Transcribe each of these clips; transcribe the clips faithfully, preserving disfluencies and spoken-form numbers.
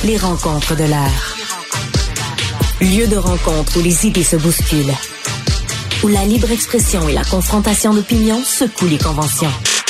Les rencontres de l'heure. Lieu de rencontre où les idées se bousculent. Où la libre expression et la confrontation d'opinions secouent les conventions.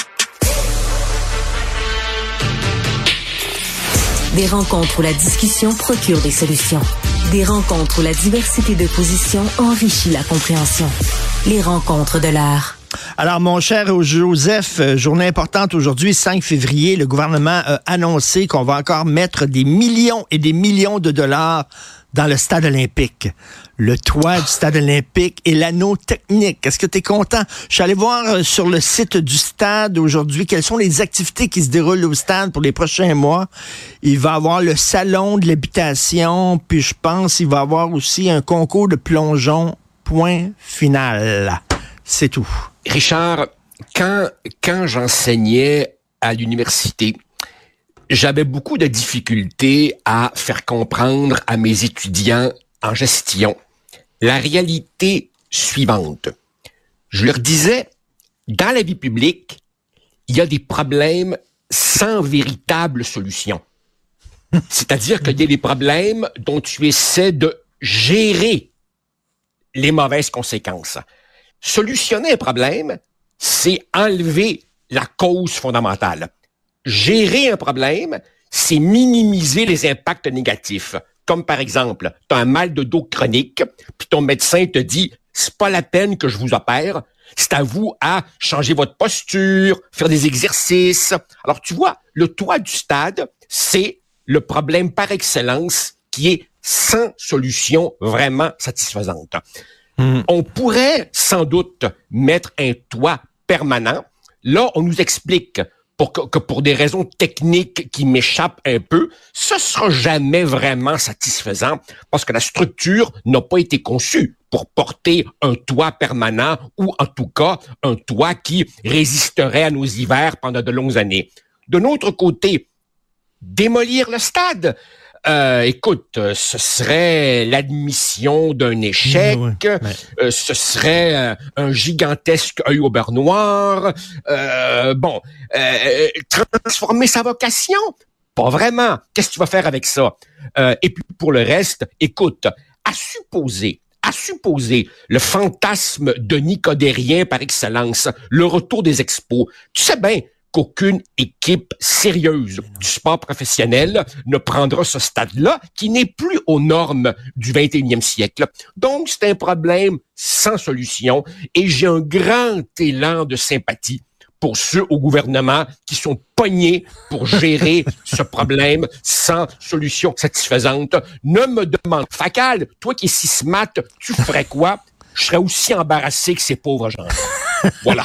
Des rencontres où la discussion procure des solutions. Des rencontres où la diversité de positions enrichit la compréhension. Les rencontres de l'heure. Alors, mon cher Joseph, journée importante aujourd'hui, cinq février, le gouvernement a annoncé qu'on va encore mettre des millions et des millions de dollars dans le stade olympique. Le toit du stade olympique et l'anneau technique. Est-ce que tu es content? Je suis allé voir sur le site du stade aujourd'hui quelles sont les activités qui se déroulent au stade pour les prochains mois. Il va y avoir le salon de l'habitation, puis je pense qu'il va y avoir aussi un concours de plongeon. Point final. C'est tout. Richard, quand, quand j'enseignais à l'université, j'avais beaucoup de difficultés à faire comprendre à mes étudiants en gestion la réalité suivante. Je leur disais, dans la vie publique, il y a des problèmes sans véritable solution. C'est-à-dire qu'il y a des problèmes dont tu essaies de gérer les mauvaises conséquences. Solutionner un problème, c'est enlever la cause fondamentale. Gérer un problème, c'est minimiser les impacts négatifs. Comme par exemple, tu as un mal de dos chronique, puis ton médecin te dit « c'est pas la peine que je vous opère, c'est à vous à changer votre posture, faire des exercices. » Alors tu vois, le toit du stade, c'est le problème par excellence qui est sans solution vraiment satisfaisante. Mmh. On pourrait sans doute mettre un toit permanent. Là, on nous explique pour que, que pour des raisons techniques qui m'échappent un peu, ce sera jamais vraiment satisfaisant parce que la structure n'a pas été conçue pour porter un toit permanent ou en tout cas un toit qui résisterait à nos hivers pendant de longues années. De notre côté, démolir le stade, Euh, écoute, ce serait l'admission d'un échec, oui, oui. Euh, ce serait euh, un gigantesque œil au beurre noir, euh, bon, euh, transformer sa vocation, pas vraiment. Qu'est-ce que tu vas faire avec ça? Euh, et puis pour le reste, écoute, à supposer, à supposer le fantasme de nicodérien par excellence, le retour des expos, tu sais bien qu'aucune équipe sérieuse du sport professionnel ne prendra ce stade-là, qui n'est plus aux normes du vingt et unième siècle. Donc, c'est un problème sans solution et j'ai un grand élan de sympathie pour ceux au gouvernement qui sont pognés pour gérer ce problème sans solution satisfaisante. Ne me demande, Facal, toi qui es si smart, tu ferais quoi? Je serais aussi embarrassé que ces pauvres gens. Voilà.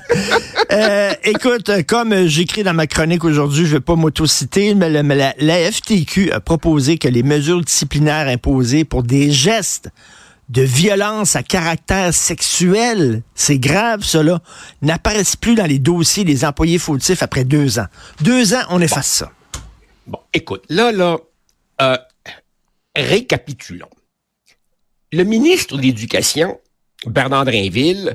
euh, écoute, comme j'écris dans ma chronique aujourd'hui, je ne vais pas m'auto-citer, mais, le, mais la, la F T Q a proposé que les mesures disciplinaires imposées pour des gestes de violence à caractère sexuel, c'est grave cela, n'apparaissent plus dans les dossiers des employés fautifs après deux ans. Deux ans, on efface bon. ça. Bon, écoute, là, là, euh, récapitulons. Le ministre de l'Éducation, Bernard Drinville,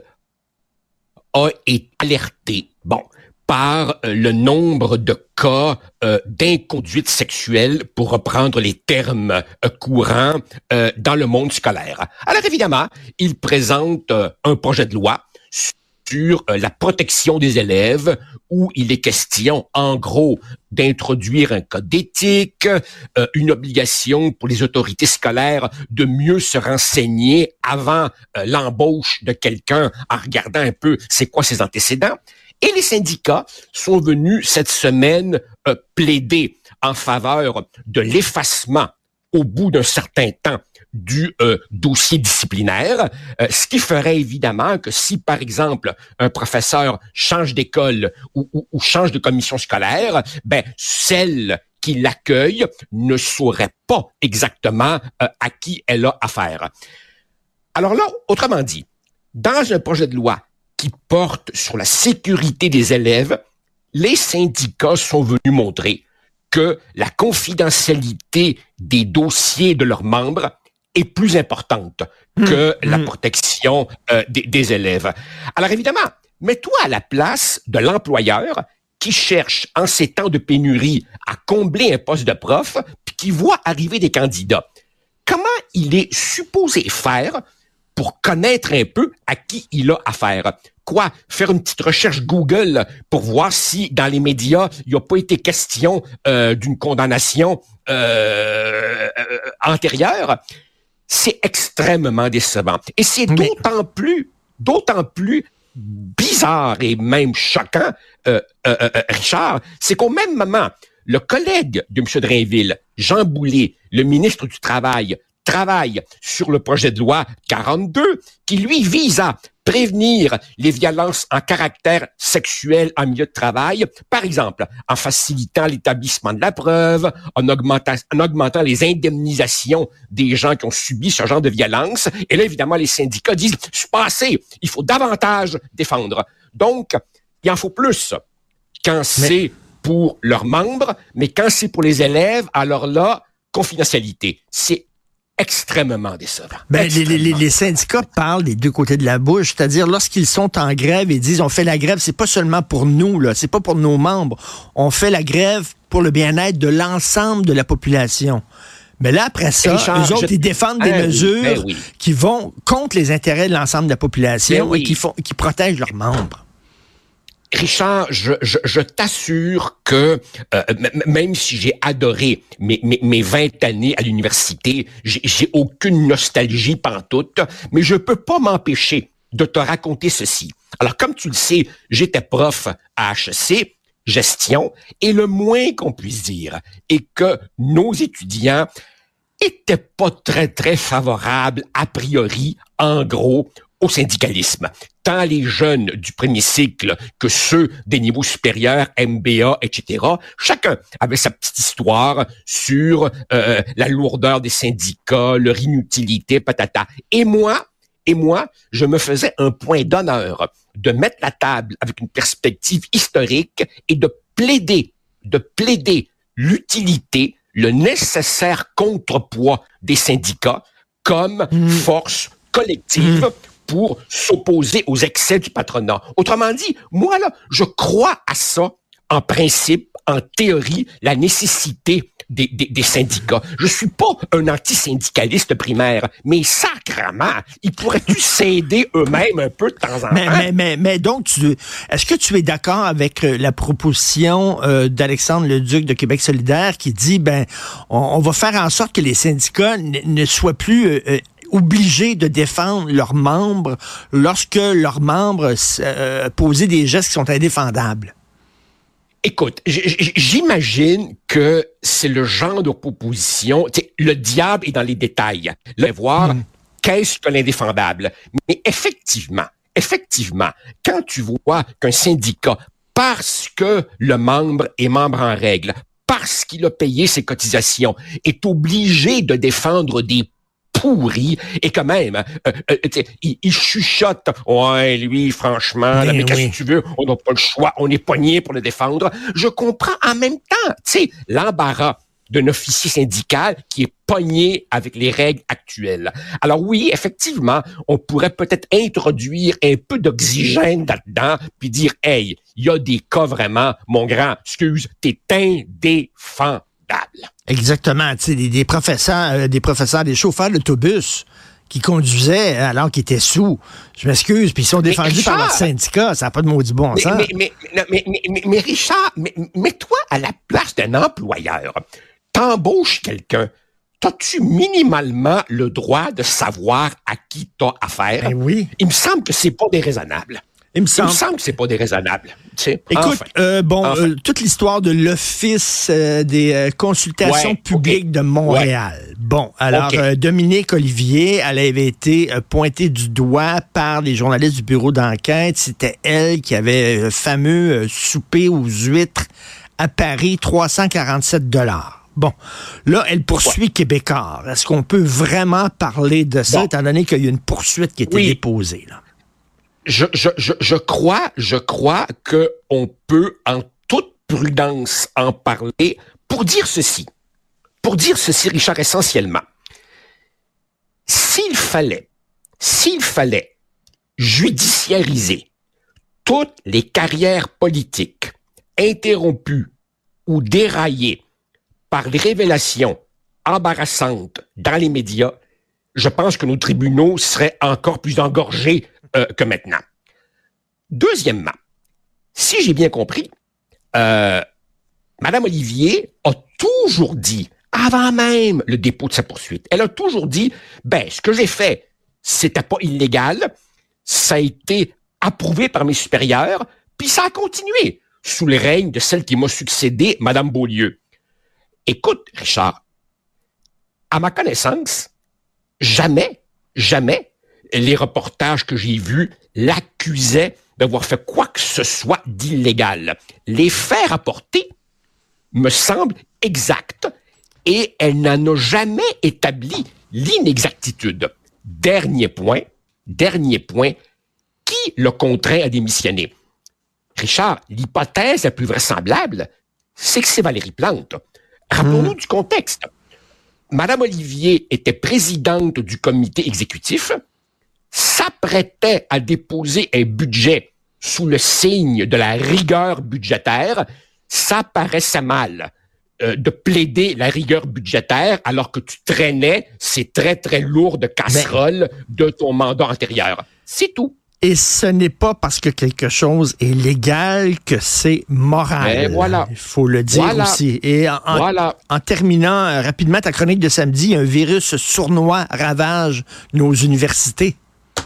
a été alerté, bon, par euh, le nombre de cas euh, d'inconduite sexuelle, pour reprendre les termes euh, courants euh, dans le monde scolaire. Alors évidemment, il présente euh, un projet de loi sur euh, la protection des élèves, où il est question, en gros, d'introduire un code d'éthique, euh, une obligation pour les autorités scolaires de mieux se renseigner avant euh, l'embauche de quelqu'un en regardant un peu c'est quoi ses antécédents. Et les syndicats sont venus cette semaine euh, plaider en faveur de l'effacement au bout d'un certain temps du euh, dossier disciplinaire, euh, ce qui ferait évidemment que si, par exemple, un professeur change d'école ou, ou, ou change de commission scolaire, ben celle qui l'accueille ne saurait pas exactement euh, à qui elle a affaire. Alors là, autrement dit, dans un projet de loi qui porte sur la sécurité des élèves, les syndicats sont venus montrer que la confidentialité des dossiers de leurs membres est plus importante que mmh, la mmh. protection euh, des, des élèves. Alors évidemment, mets-toi à la place de l'employeur qui cherche, en ces temps de pénurie, à combler un poste de prof, puis puis qui voit arriver des candidats, comment il est supposé faire pour connaître un peu à qui il a affaire? Quoi? Faire une petite recherche Google pour voir si, dans les médias, il n'y a pas été question euh, d'une condamnation euh, euh, antérieure? C'est extrêmement décevant. Et c'est Mais... d'autant plus, d'autant plus bizarre et même choquant, euh, euh, euh, Richard, c'est qu'au même moment, le collègue de M. Drainville, Jean Boulet, le ministre du Travail, travaille sur le projet de loi quarante-deux qui, lui, vise à prévenir les violences en caractère sexuel en milieu de travail, par exemple, en facilitant l'établissement de la preuve, en augmentant, en augmentant les indemnisations des gens qui ont subi ce genre de violence. Et là, évidemment, les syndicats disent, c'est pas assez, il faut davantage défendre. Donc, il en faut plus quand c'est mais... pour leurs membres, mais quand c'est pour les élèves, alors là, confidentialité. C'est extrêmement décevant. Ben, extrêmement. Les, les, les syndicats parlent des deux côtés de la bouche, c'est-à-dire lorsqu'ils sont en grève et disent on fait la grève, c'est pas seulement pour nous, là, c'est pas pour nos membres, on fait la grève pour le bien-être de l'ensemble de la population. Mais là, après ça, Richard, eux autres, je... ils défendent des ah, mesures oui, ben oui. qui vont contre les intérêts de l'ensemble de la population ben oui. et qui, font, qui protègent leurs membres. Richard, je, je, je t'assure que euh, m- même si j'ai adoré mes, mes, mes vingt années à l'université, j'ai, j'ai aucune nostalgie pantoute, mais je peux pas m'empêcher de te raconter ceci. Alors, comme tu le sais, j'étais prof à H E C, gestion, et le moins qu'on puisse dire est que nos étudiants étaient pas très, très favorables, a priori, en gros, au syndicalisme. Tant les jeunes du premier cycle que ceux des niveaux supérieurs, M B A, et cetera, chacun avait sa petite histoire sur euh, la lourdeur des syndicats, leur inutilité, patata. Et moi, et moi, je me faisais un point d'honneur de mettre la table avec une perspective historique et de plaider, de plaider l'utilité, le nécessaire contrepoids des syndicats comme mmh. force collective mmh. pour s'opposer aux excès du patronat. Autrement dit, moi, là, je crois à ça, en principe, en théorie, la nécessité des, des, des syndicats. Je suis pas un anti-syndicaliste primaire, mais sacrément, ils pourraient-tu s'aider eux-mêmes un peu de temps en temps? Mais, mais, mais, mais donc, tu, est-ce que tu es d'accord avec la proposition euh, d'Alexandre Leduc de Québec solidaire qui dit, ben, on, on va faire en sorte que les syndicats n- ne soient plus euh, obligés de défendre leurs membres lorsque leurs membres euh, posaient des gestes qui sont indéfendables? Écoute, j'imagine que c'est le genre de proposition, le diable est dans les détails. Là, voir mmh. qu'est-ce que l'indéfendable. Mais effectivement, effectivement, quand tu vois qu'un syndicat, parce que le membre est membre en règle, parce qu'il a payé ses cotisations, est obligé de défendre des pourri, et quand même, euh, euh, il, il chuchote, ouais, lui, franchement, là, mais oui. qu'est-ce que tu veux, on n'a pas le choix, on est pogné pour le défendre. Je comprends en même temps, tu sais, l'embarras d'un officier syndical qui est pogné avec les règles actuelles. Alors oui, effectivement, on pourrait peut-être introduire un peu d'oxygène là-dedans, puis dire, hey, il y a des cas vraiment, mon grand, excuse, t'es indéfendable. Exactement, tu sais, des, des professeurs, euh, des professeurs, des chauffeurs d'autobus qui conduisaient alors qu'ils étaient sous. Je m'excuse, puis ils sont défendus Richard, par leur syndicat, ça n'a pas de maudit bon mais, sens. Mais, mais, mais, mais, mais, mais Richard, mais, mets-toi à la place d'un employeur. T'embauches quelqu'un. T'as-tu minimalement le droit de savoir à qui t'as affaire? Ben oui. Il me semble que c'est pas déraisonnable. Il me semble, Il me semble que c'est pas déraisonnable. Tu sais, écoute, enfin, euh, bon, enfin. euh, toute l'histoire de l'Office euh, des euh, consultations ouais, publiques okay. de Montréal. Ouais. Bon, alors, okay. euh, Dominique Olivier, elle avait été euh, pointée du doigt par les journalistes du bureau d'enquête. C'était elle qui avait le fameux euh, souper aux huîtres à Paris, trois cent quarante-sept dollars. Bon, là, elle poursuit ouais. Québécois. Est-ce qu'on peut vraiment parler de ça, bon. étant donné qu'il y a une poursuite qui a été oui. déposée, là? Je, je, je, je crois, je crois que on peut en toute prudence en parler pour dire ceci. Pour dire ceci, Richard, essentiellement. S'il fallait, s'il fallait judiciariser toutes les carrières politiques interrompues ou déraillées par les révélations embarrassante dans les médias, je pense que nos tribunaux seraient encore plus engorgés euh, que maintenant. Deuxièmement, si j'ai bien compris, euh, Mme Olivier a toujours dit, avant même le dépôt de sa poursuite, elle a toujours dit, ben, ce que j'ai fait, c'était pas illégal, ça a été approuvé par mes supérieurs, puis ça a continué sous le règne de celle qui m'a succédé, Mme Beaulieu. Écoute, Richard, à ma connaissance, jamais, jamais, les reportages que j'ai vus l'accusaient d'avoir fait quoi que ce soit d'illégal. Les faits rapportés me semblent exacts et elle n'en a jamais établi l'inexactitude. Dernier point, dernier point, qui l'a contraint à démissionner? Richard, l'hypothèse la plus vraisemblable, c'est que c'est Valérie Plante. Rappelons-nous mmh. du contexte. Madame Olivier était présidente du comité exécutif, s'apprêtait à déposer un budget sous le signe de la rigueur budgétaire. Ça paraissait mal euh, de plaider la rigueur budgétaire alors que tu traînais ces très, très lourdes casseroles Mais... de ton mandat antérieur. C'est tout. Et ce n'est pas parce que quelque chose est légal que c'est moral. Ben voilà. Il faut le dire voilà. aussi. Et en, en, voilà. en terminant euh, rapidement ta chronique de samedi, un virus sournois ravage nos universités.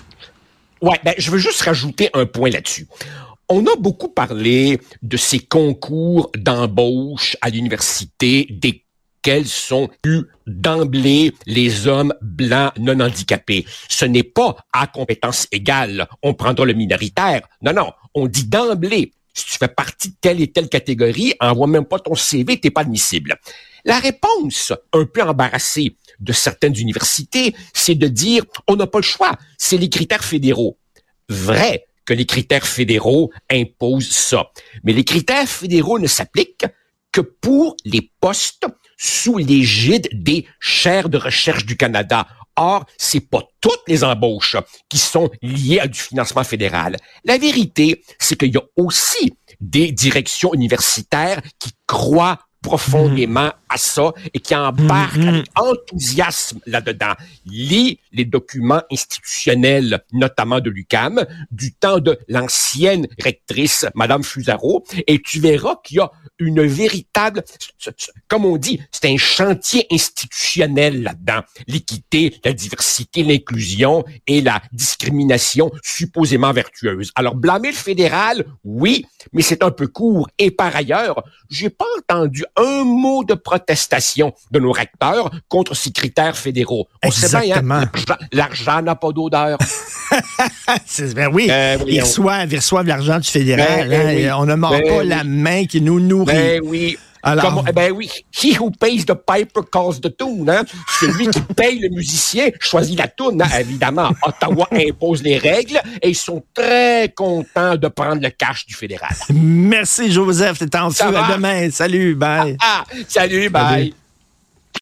Ouais, ben, je veux juste rajouter un point là-dessus. On a beaucoup parlé de ces concours d'embauche à l'université, desquels sont eus d'emblée les hommes blancs non handicapés. Ce n'est pas à compétence égale, on prendra le minoritaire. Non, non, on dit d'emblée, si tu fais partie de telle et telle catégorie, envoie même pas ton C V, t'es pas admissible. La réponse, un peu embarrassée de certaines universités, c'est de dire, on n'a pas le choix, c'est les critères fédéraux. Vrai que les critères fédéraux imposent ça. Mais les critères fédéraux ne s'appliquent que pour les postes sous l'égide des chaires de recherche du Canada. Or, c'est pas toutes les embauches qui sont liées à du financement fédéral. La vérité, c'est qu'il y a aussi des directions universitaires qui croient profondément mmh. à ça et qui embarquent mmh. avec enthousiasme là-dedans. Lis les documents institutionnels, notamment de l'U Q A M, du temps de l'ancienne rectrice, Madame Fusaro, et tu verras qu'il y a une véritable, comme on dit, c'est un chantier institutionnel là-dedans. L'équité, la diversité, l'inclusion et la discrimination supposément vertueuse. Alors, blâmer le fédéral, oui, mais c'est un peu court. Et par ailleurs, j'ai pas entendu un mot de protestation de nos recteurs contre ces critères fédéraux. On Exactement. sait bien, hein, l'argent, l'argent n'a pas d'odeur. c'est, ben oui, euh, oui ils, reçoivent, ils reçoivent l'argent du fédéral. Ben, hein, oui. On ne mord ben, pas oui. la main qui nous nourrit. Ben oui. Alors, Comme, ben oui, he who pays the piper calls the tune. Hein? Celui qui paye le musicien choisit la tune. Hein? Évidemment, Ottawa impose les règles et ils sont très contents de prendre le cash du fédéral. Merci Joseph, t'es en feu. À demain. Salut, bye. Ah, ah, salut, bye. Salut.